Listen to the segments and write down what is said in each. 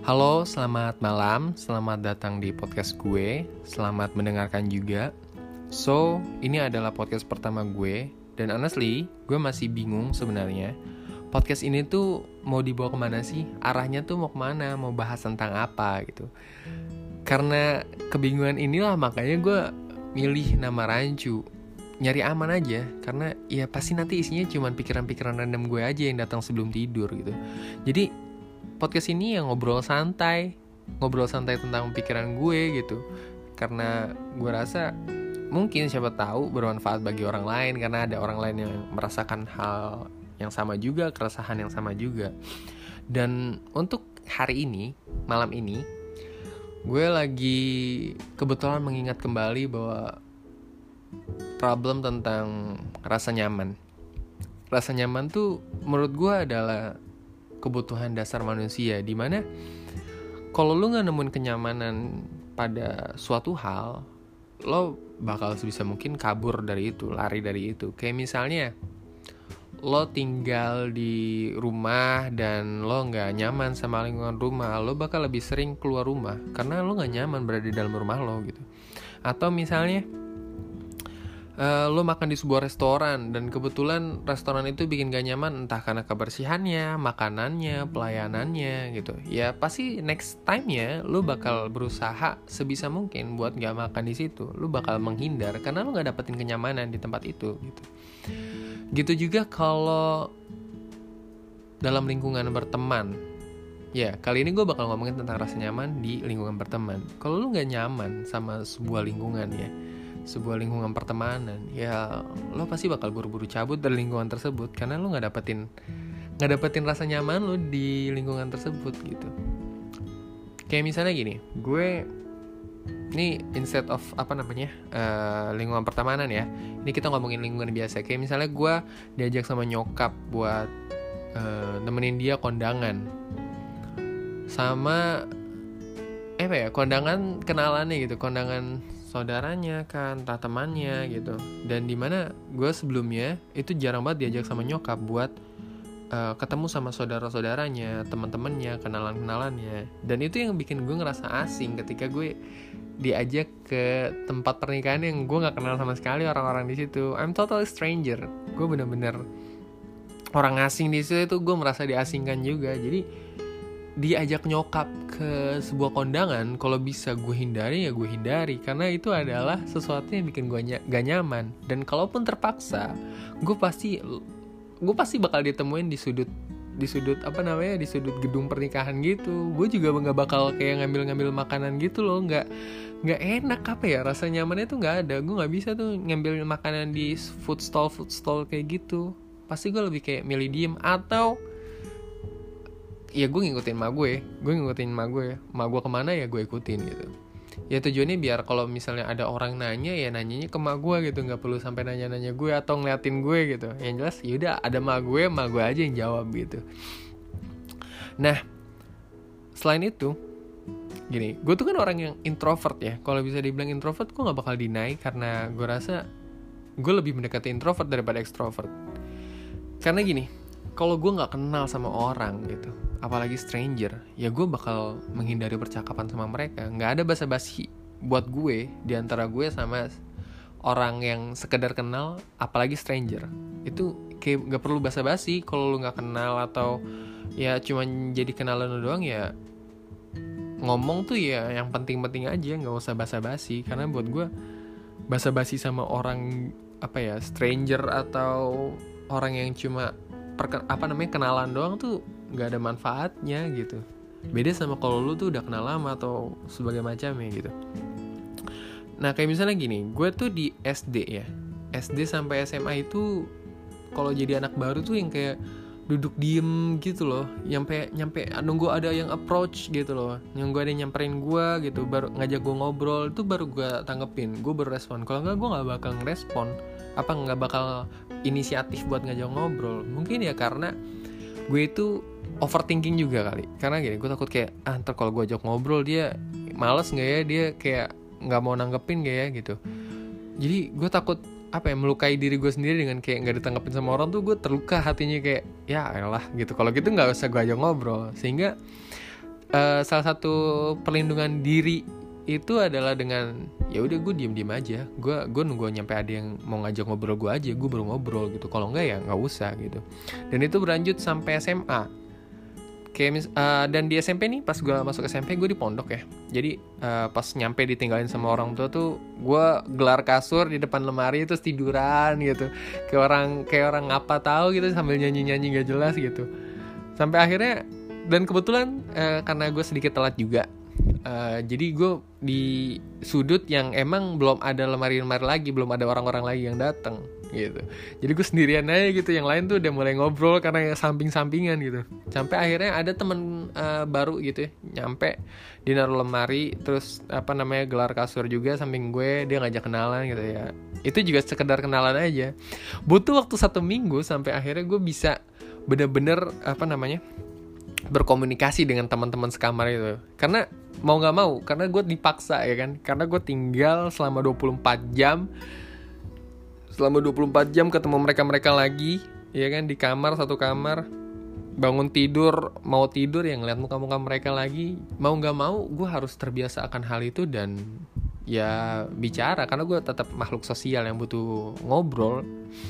Halo, selamat malam. Selamat datang di podcast gue. Selamat mendengarkan juga. So, ini adalah podcast pertama gue. Dan honestly, gue masih bingung sebenarnya. Podcast ini tuh mau dibawa kemana sih? Arahnya tuh mau kemana? Mau bahas tentang apa gitu. Karena kebingungan inilah makanya gue milih nama Rancu. Nyari aman aja. Karena ya pasti nanti isinya cuma pikiran-pikiran random gue aja yang datang sebelum tidur gitu. Jadi podcast ini yang ngobrol santai tentang pikiran gue gitu. Karena gue rasa mungkin siapa tahu bermanfaat bagi orang lain, karena ada orang lain yang merasakan hal yang sama juga, keresahan yang sama juga. Dan untuk hari ini, malam ini, gue lagi kebetulan mengingat kembali bahwa problem tentang rasa nyaman. Rasa nyaman tuh menurut gue adalah kebutuhan dasar manusia, dimana kalau lu gak nemuin kenyamanan pada suatu hal, lo bakal sebisa mungkin kabur dari itu, lari dari itu. Kayak misalnya lo tinggal di rumah dan lo gak nyaman sama lingkungan rumah, lo bakal lebih sering keluar rumah karena lo gak nyaman berada di dalam rumah lo gitu. Atau misalnya lo makan di sebuah restoran dan kebetulan restoran itu bikin gak nyaman, entah karena kebersihannya, makanannya, pelayanannya gitu. Ya pasti next time-nya lo bakal berusaha sebisa mungkin buat gak makan di situ. Lo bakal menghindar karena lo gak dapetin kenyamanan di tempat itu gitu. Gitu juga kalau dalam lingkungan berteman. Ya, kali ini gue bakal ngomongin tentang rasa nyaman di lingkungan berteman. Kalau lo gak nyaman sama sebuah lingkungan ya, sebuah lingkungan pertemanan, ya lo pasti bakal buru-buru cabut dari lingkungan tersebut karena lo nggak dapetin rasa nyaman lo di lingkungan tersebut gitu. Kayak misalnya gini, gue ini instead of lingkungan pertemanan ya, ini kita ngomongin lingkungan biasa. Kayak misalnya gue diajak sama nyokap buat nemenin dia kondangan sama kondangan kenalannya gitu, kondangan saudaranya kan, entah temannya gitu. Dan dimana gue sebelumnya itu jarang banget diajak sama nyokap buat ketemu sama saudara-saudaranya, teman-temannya, kenalan-kenalannya. Dan itu yang bikin gue ngerasa asing ketika gue diajak ke tempat pernikahan yang gue nggak kenal sama sekali orang-orang di situ. I'm totally stranger. Gue bener-bener orang asing di situ, itu gue merasa diasingkan juga. Jadi diajak nyokap ke sebuah kondangan, kalau bisa gue hindari ya gue hindari, karena itu adalah sesuatu yang bikin gue gak nyaman. Dan kalaupun terpaksa, gue pasti bakal ditemuin di sudut gedung pernikahan gitu. Gue juga nggak bakal kayak ngambil makanan gitu loh, nggak enak rasa nyamannya tuh nggak ada. Gue nggak bisa tuh ngambil makanan di food stall kayak gitu. Pasti gue lebih kayak milih diem, atau ya gue ngikutin mak gue kemana ya gue ikutin gitu. Ya tujuannya biar kalau misalnya ada orang nanya, ya nanyanya ke mak gue gitu, nggak perlu sampai nanya gue atau ngeliatin gue gitu. Yang jelas yaudah ada mak gue aja yang jawab gitu. Nah, selain itu gini, gue tuh kan orang yang introvert ya. Kalau bisa dibilang introvert, gue nggak bakal deny karena gue rasa gue lebih mendekati introvert daripada extrovert. Karena gini, kalau gue nggak kenal sama orang gitu, apalagi stranger, ya gue bakal menghindari percakapan sama mereka. Nggak ada basa-basi buat gue di antara gue sama orang yang sekedar kenal, apalagi stranger. Itu kayak nggak perlu basa-basi. Kalau lu nggak kenal atau ya cuma jadi kenalan doang, ya ngomong tuh ya yang penting-penting aja, nggak usah basa-basi. Karena buat gue basa-basi sama orang stranger atau orang yang cuma kenalan doang tuh nggak ada manfaatnya gitu. Beda sama kalau lu tuh udah kenal lama atau sebagai macamnya gitu. Nah kayak misalnya gini, gue tuh di SD sampai SMA itu kalau jadi anak baru tuh yang kayak duduk diem gitu loh, nyampe nunggu ada yang approach gitu loh, nunggu ada yang nyamperin gue gitu, baru ngajak gue ngobrol, itu baru gue tanggepin, gue berespon. Kalau enggak gue nggak bakal ngerespon, nggak bakal inisiatif buat ngajak ngobrol. Mungkin ya karena gue itu overthinking juga kali. Karena gini, gue takut kayak ntar kalau gue ajak ngobrol dia males nggak ya, dia kayak nggak mau nanggepin gak ya gitu. Jadi gue takut melukai diri gue sendiri dengan kayak nggak ditanggepin sama orang tuh. Gue terluka hatinya, kayak ya elah gitu. Kalau gitu nggak usah gue ajak ngobrol. Sehingga salah satu perlindungan diri itu adalah dengan ya udah gue diem aja, gue nunggu nyampe ada yang mau ngajak ngobrol gue aja, gue baru ngobrol gitu. Kalau enggak ya nggak usah gitu. Dan itu berlanjut sampai SMA. Dan di SMP nih, pas gue masuk SMP gue di pondok ya. Jadi pas nyampe ditinggalin sama orang tua tuh, gue gelar kasur di depan lemari terus tiduran gitu, kayak orang ngapa tahu gitu sambil nyanyi gak jelas gitu. Sampai akhirnya, dan kebetulan karena gue sedikit telat juga, jadi gue di sudut yang emang belum ada lemari-lemari lagi, belum ada orang-orang lagi yang datang gitu. Jadi gue sendirian aja gitu, yang lain tuh udah mulai ngobrol karena samping-sampingan gitu. Sampai akhirnya ada temen baru gitu ya, nyampe di naruh lemari, terus gelar kasur juga samping gue, dia ngajak kenalan gitu ya. Itu juga sekedar kenalan aja. Butuh waktu 1 minggu sampai akhirnya gue bisa bener-bener berkomunikasi dengan teman-teman sekamar itu. Karena mau nggak mau, karena gue dipaksa ya kan, karena gue tinggal selama 24 jam ketemu mereka lagi ya kan, di kamar, satu kamar, bangun tidur, mau tidur ya ngeliat muka-muka mereka lagi. Mau nggak mau gue harus terbiasa akan hal itu dan ya bicara, karena gue tetap makhluk sosial yang butuh ngobrol.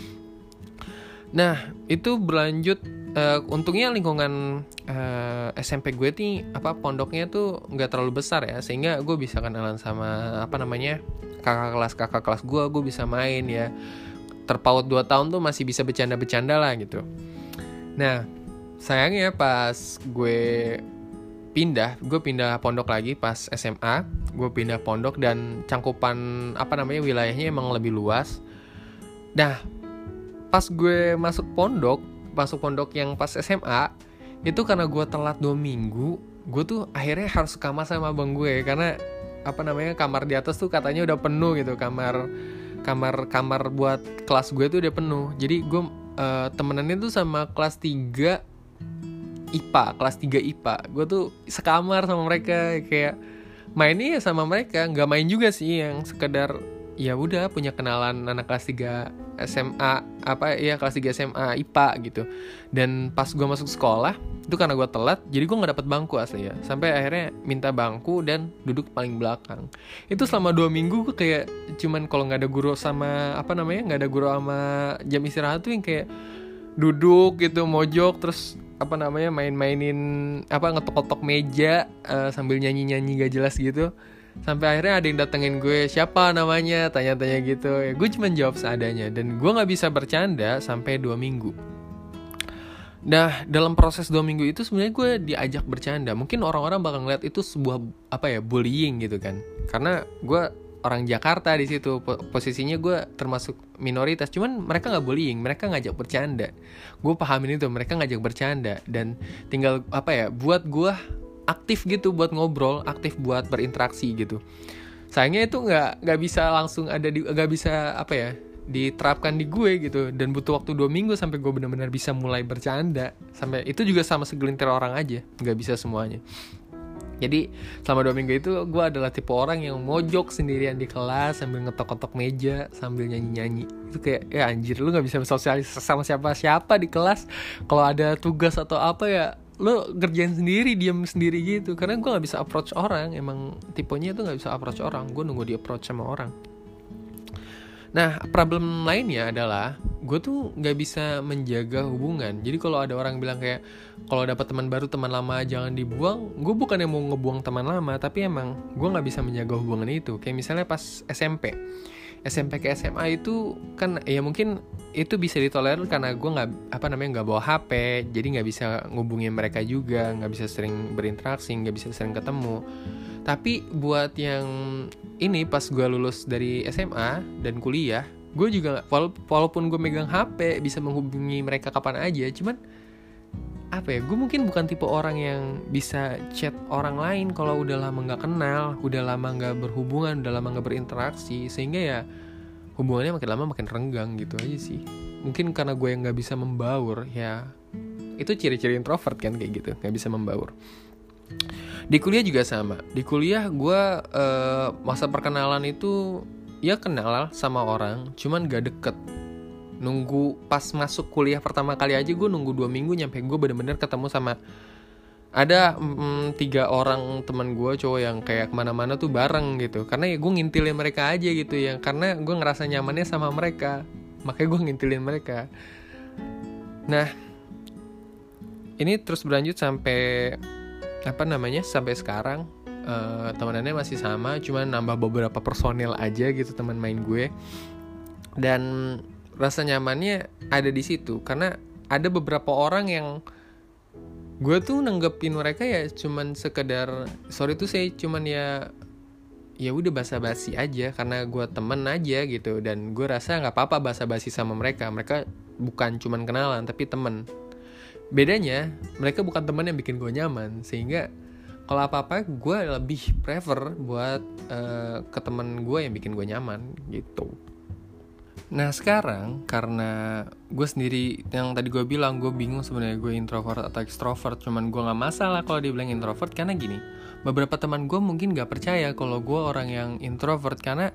Nah itu berlanjut. Untungnya lingkungan SMP gue nih pondoknya tuh nggak terlalu besar ya, sehingga gue bisa kenalan sama kakak kelas gue bisa main ya. Terpaut 2 tahun tuh masih bisa bercanda-bercanda lah gitu. Nah sayangnya pas gue pindah pondok lagi pas SMA, gue pindah pondok dan cangkupan wilayahnya emang lebih luas. Nah pas gue masuk pondok yang pas SMA itu, karena gue telat 2 minggu, gue tuh akhirnya harus kamar sama abang gue, karena kamar di atas tuh katanya udah penuh gitu, kamar buat kelas gue tuh udah penuh. Jadi gue temenannya tuh sama kelas 3 IPA. Gue tuh sekamar sama mereka, kayak mainnya sama mereka, nggak main juga sih, yang sekedar ya udah punya kenalan anak kelas 3 SMA kelas 3 SMA IPA gitu. Dan pas gue masuk sekolah itu, karena gue telat, jadi gue nggak dapet bangku asli ya, sampai akhirnya minta bangku dan duduk paling belakang. Itu selama 2 minggu gue kayak cuman kalau nggak ada guru sama nggak ada guru sama jam istirahat tuh yang kayak duduk gitu mojok, terus mainin ngetok-ngetok meja sambil nyanyi gak jelas gitu. Sampai akhirnya ada yang datengin gue, siapa namanya, tanya-tanya gitu ya. Gue cuma jawab seadanya, dan gue gak bisa bercanda sampai 2 minggu. Nah dalam proses 2 minggu itu sebenarnya gue diajak bercanda. Mungkin orang-orang bakal ngeliat itu sebuah bullying gitu kan, karena gue orang Jakarta di situ, posisinya gue termasuk minoritas. Cuman mereka nggak bullying, mereka ngajak bercanda. Gue pahamin itu, mereka ngajak bercanda, dan tinggal buat gue aktif gitu, buat ngobrol, aktif buat berinteraksi gitu. Sayangnya itu nggak bisa langsung nggak bisa diterapkan di gue gitu, dan butuh waktu 2 minggu sampai gue benar-benar bisa mulai bercanda. Sampai itu juga sama segelintir orang aja, nggak bisa semuanya. Jadi selama 2 minggu itu gue adalah tipe orang yang mojok sendirian di kelas sambil ngetok-ngetok meja, sambil nyanyi-nyanyi. Itu kayak ya anjir, lu gak bisa bersosialisasi sama siapa-siapa di kelas. Kalau ada tugas atau lu kerjain sendiri, diam sendiri gitu. Karena gue gak bisa approach orang, emang tipenya itu gak bisa approach orang. Gue nunggu di approach sama orang. Nah, problem lainnya adalah gue tuh gak bisa menjaga hubungan. Jadi kalau ada orang bilang kayak, kalau dapat teman baru, teman lama jangan dibuang, gue bukannya mau ngebuang teman lama, tapi emang gue gak bisa menjaga hubungan itu. Kayak misalnya pas SMP ke SMA itu kan ya mungkin itu bisa ditolerir karena gue nggak bawa HP, jadi nggak bisa ngubungin mereka juga, nggak bisa sering berinteraksi, nggak bisa sering ketemu. Tapi buat yang ini, pas gue lulus dari SMA dan kuliah, gue juga walaupun gue megang HP bisa menghubungi mereka kapan aja, cuman gue mungkin bukan tipe orang yang bisa chat orang lain kalau udah lama nggak kenal, udah lama nggak berhubungan, udah lama nggak berinteraksi, sehingga ya hubungannya makin lama makin renggang gitu aja sih. Mungkin karena gue yang nggak bisa membaur ya, itu ciri-ciri introvert kan, kayak gitu, nggak bisa membaur. Di kuliah juga sama. Di kuliah gue masa perkenalan itu ya kenal sama orang, cuman gak deket. Nunggu pas masuk kuliah pertama kali aja gue nunggu 2 minggu nyampe gue bener-bener ketemu sama Ada 3 orang teman gue cowok yang kayak kemana-mana tuh bareng gitu. Karena ya gue ngintilin mereka aja gitu ya. Karena gue ngerasa nyamannya sama mereka, makanya gue ngintilin mereka. Nah, ini terus berlanjut sampai sampai sekarang. Temenannya masih sama, cuma nambah beberapa personil aja gitu teman main gue. Dan rasa nyamannya ada di situ karena ada beberapa orang yang gue tuh nanggepin mereka ya cuman sekedar cuman ya udah basa-basi aja karena gue temen aja gitu. Dan gue rasa nggak apa-apa basa-basi sama mereka bukan cuman kenalan tapi temen. Bedanya mereka bukan temen yang bikin gue nyaman, sehingga kalau apa-apa gue lebih prefer buat ke temen gue yang bikin gue nyaman gitu. Nah sekarang karena gue sendiri yang tadi gue bilang, gue bingung sebenarnya gue introvert atau extrovert. Cuman gue nggak masalah kalau dibilang introvert karena gini, beberapa teman gue mungkin nggak percaya kalau gue orang yang introvert karena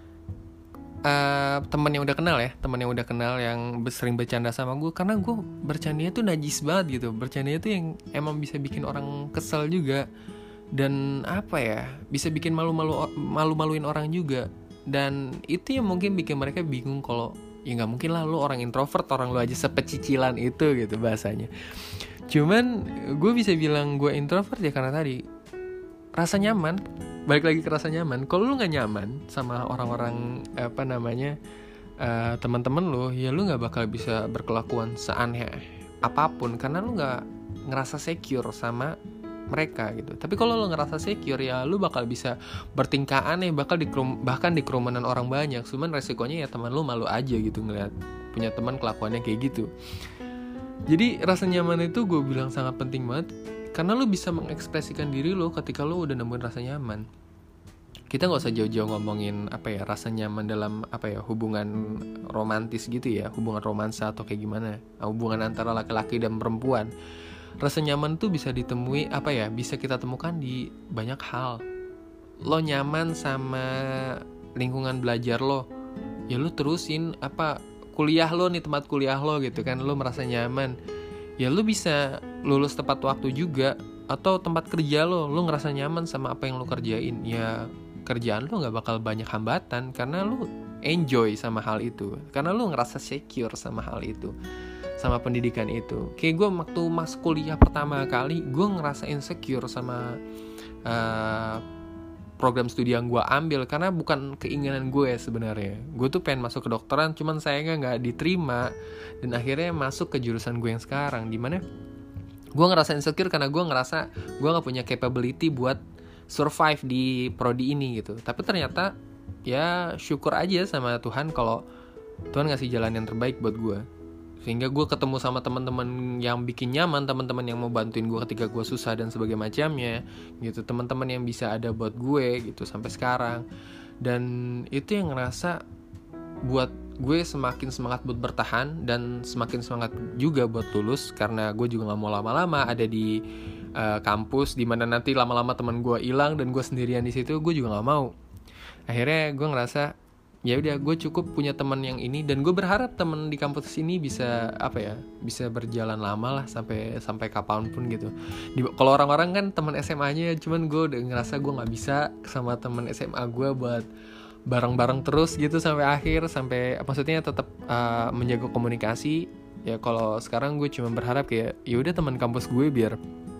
teman yang udah kenal yang sering bercanda sama gue, karena gue bercandanya tuh najis banget gitu. Bercandanya tuh yang emang bisa bikin orang kesel juga, dan bisa bikin malu-maluin orang juga. Dan itu yang mungkin bikin mereka bingung kalau ya nggak mungkin lah lu orang introvert, orang lu aja sepecicilan itu gitu bahasanya. Cuman gue bisa bilang gue introvert ya karena tadi rasa nyaman. Balik lagi ke rasa nyaman. Kalau lu nggak nyaman sama orang-orang teman-teman lu, ya lu nggak bakal bisa berkelakuan seaneh apapun karena lu nggak ngerasa secure sama mereka gitu. Tapi kalau lu ngerasa secure ya lu bakal bisa bertingkah aneh, bahkan di kerumunan orang banyak. Cuman resikonya ya teman lu malu aja gitu ngeliat punya teman kelakuannya kayak gitu. Jadi rasa nyaman itu gue bilang sangat penting banget karena lu bisa mengekspresikan diri lu ketika lu udah nemuin rasa nyaman. Kita nggak usah jauh-jauh ngomongin rasa nyaman dalam hubungan romantis gitu ya, hubungan romansa atau kayak gimana, hubungan antara laki-laki dan perempuan. Rasa nyaman tuh bisa ditemui bisa kita temukan di banyak hal. Lo nyaman sama lingkungan belajar lo, ya lo terusin kuliah lo nih, tempat kuliah lo gitu kan, lo merasa nyaman, ya lo bisa lulus tepat waktu juga. Atau tempat kerja lo ngerasa nyaman sama apa yang lo kerjain, ya kerjaan lo nggak bakal banyak hambatan karena lo enjoy sama hal itu, karena lo ngerasa secure sama hal itu, sama pendidikan itu. Kayak gue waktu masuk kuliah pertama kali, gue ngerasa insecure sama program studi yang gue ambil karena bukan keinginan gue sebenarnya. Gue tuh pengen masuk ke kedokteran, cuman sayangnya nggak diterima dan akhirnya masuk ke jurusan gue yang sekarang, dimana gue ngerasa insecure karena gue ngerasa gue nggak punya capability buat survive di prodi ini gitu. Tapi ternyata ya syukur aja sama Tuhan kalau Tuhan ngasih jalan yang terbaik buat gue, sehingga gue ketemu sama teman-teman yang bikin nyaman, teman-teman yang mau bantuin gue ketika gue susah dan sebagainya macamnya gitu, teman-teman yang bisa ada buat gue gitu sampai sekarang. Dan itu yang ngerasa buat gue semakin semangat buat bertahan dan semakin semangat juga buat lulus, karena gue juga nggak mau lama-lama ada di kampus dimana nanti lama-lama teman gue hilang dan gue sendirian di situ. Gue juga nggak mau. Akhirnya gue ngerasa ya udah, gue cukup punya teman yang ini, dan gue berharap teman di kampus ini bisa bisa berjalan lama lah sampai kapanpun gitu. Kalau orang-orang kan teman SMA-nya, cuman gue udah ngerasa gue nggak bisa sama teman SMA gue buat bareng-bareng terus gitu sampai akhir, maksudnya tetap menjaga komunikasi. Ya kalau sekarang gue cuma berharap kayak ya udah teman kampus gue biar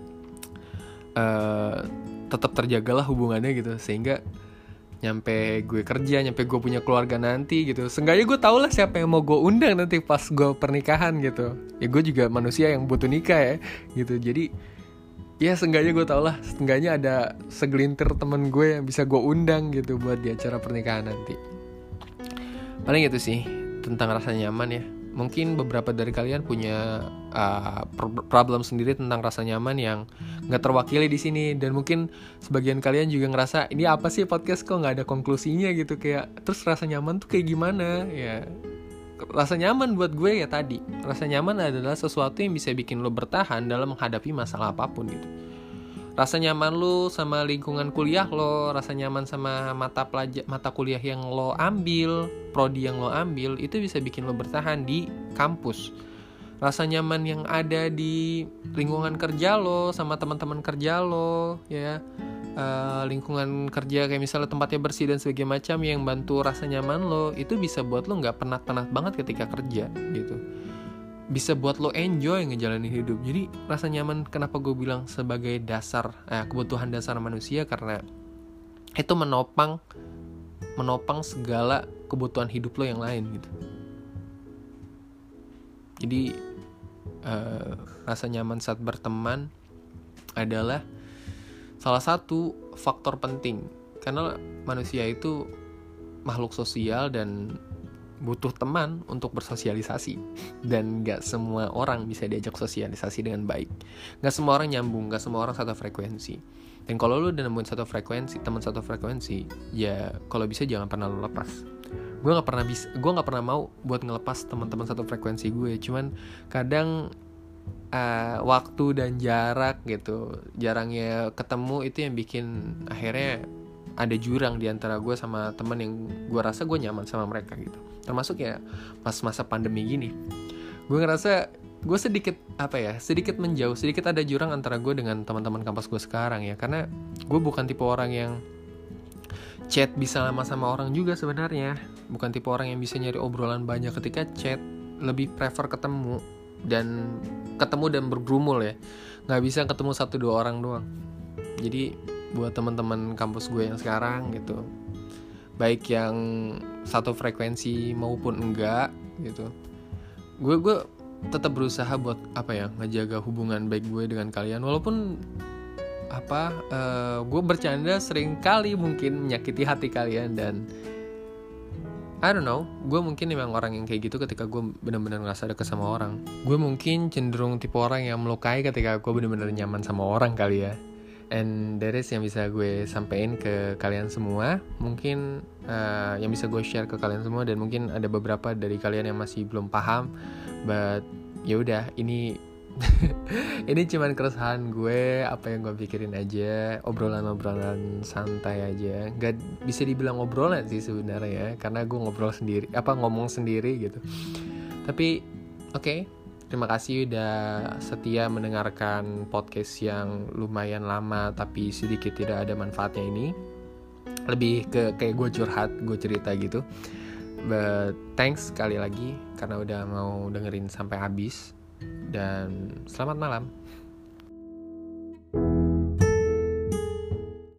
tetap terjagalah hubungannya gitu, sehingga nyampe gue kerja, nyampe gue punya keluarga nanti gitu, seenggaknya gue tau lah siapa yang mau gue undang nanti pas gue pernikahan gitu. Ya gue juga manusia yang butuh nikah ya gitu. Jadi ya seenggaknya gue tau lah, seenggaknya ada segelintir temen gue yang bisa gue undang gitu buat di acara pernikahan nanti. Paling itu sih tentang rasa nyaman ya. Mungkin beberapa dari kalian punya problem sendiri tentang rasa nyaman yang nggak terwakili di sini, dan mungkin sebagian kalian juga ngerasa ini apa sih podcast kok nggak ada konklusinya gitu, kayak terus rasa nyaman tuh kayak gimana ya. Rasa nyaman buat gue ya tadi, rasa nyaman adalah sesuatu yang bisa bikin lo bertahan dalam menghadapi masalah apapun gitu. Rasa nyaman lo sama lingkungan kuliah lo, rasa nyaman sama mata kuliah yang lo ambil, prodi yang lo ambil, itu bisa bikin lo bertahan di kampus. rasa nyaman yang ada di lingkungan kerja lo sama teman-teman kerja lo, ya, lingkungan kerja kayak misalnya tempatnya bersih dan sebagainya macam yang bantu rasa nyaman lo, itu bisa buat lo nggak penat-penat banget ketika kerja gitu, bisa buat lo enjoy ngejalanin hidup. Jadi rasa nyaman, kenapa gue bilang sebagai dasar, kebutuhan dasar manusia, karena itu menopang segala kebutuhan hidup lo yang lain gitu. Jadi rasa nyaman saat berteman adalah salah satu faktor penting, karena manusia itu makhluk sosial dan butuh teman untuk bersosialisasi, dan gak semua orang bisa diajak sosialisasi dengan baik. Gak semua orang nyambung, gak semua orang satu frekuensi. Dan kalau lu udah nemuin satu frekuensi, teman satu frekuensi, ya kalau bisa jangan pernah lu lepas. Gue nggak pernah mau buat ngelepas teman-teman satu frekuensi gue. Cuman kadang waktu dan jarak gitu, jarangnya ketemu, itu yang bikin akhirnya ada jurang di antara gue sama teman yang gue rasa gue nyaman sama mereka gitu. Termasuk ya pas masa pandemi gini, gue ngerasa gue sedikit menjauh, sedikit ada jurang antara gue dengan teman-teman kampus gue sekarang ya. Karena gue bukan tipe orang yang chat bisa lama sama orang juga sebenarnya, bukan tipe orang yang bisa nyari obrolan banyak ketika chat, lebih prefer ketemu dan bergerumul ya, nggak bisa ketemu 1-2 orang doang. Jadi buat teman-teman kampus gue yang sekarang gitu, baik yang satu frekuensi maupun enggak gitu, gue tetap berusaha buat ngejaga hubungan baik gue dengan kalian, walaupun gue bercanda sering kali mungkin menyakiti hati kalian. Dan I don't know, gue mungkin memang orang yang kayak gitu ketika gue benar-benar ngerasa deket sama orang. Gue mungkin cenderung tipe orang yang melukai ketika gue benar-benar nyaman sama orang kali ya. And that is yang bisa gue sampein ke kalian semua. Mungkin yang bisa gue share ke kalian semua, dan mungkin ada beberapa dari kalian yang masih belum paham. But ya udah, ini ini cuman keresahan gue, apa yang gue pikirin aja, obrolan santai aja. Gak bisa dibilang obrolan sih sebenarnya ya, karena gue ngomong sendiri gitu. Tapi oke, terima kasih udah setia mendengarkan podcast yang lumayan lama tapi sedikit tidak ada manfaatnya ini. Lebih ke kayak gue curhat, gue cerita gitu. But thanks sekali lagi karena udah mau dengerin sampai habis. Dan selamat malam.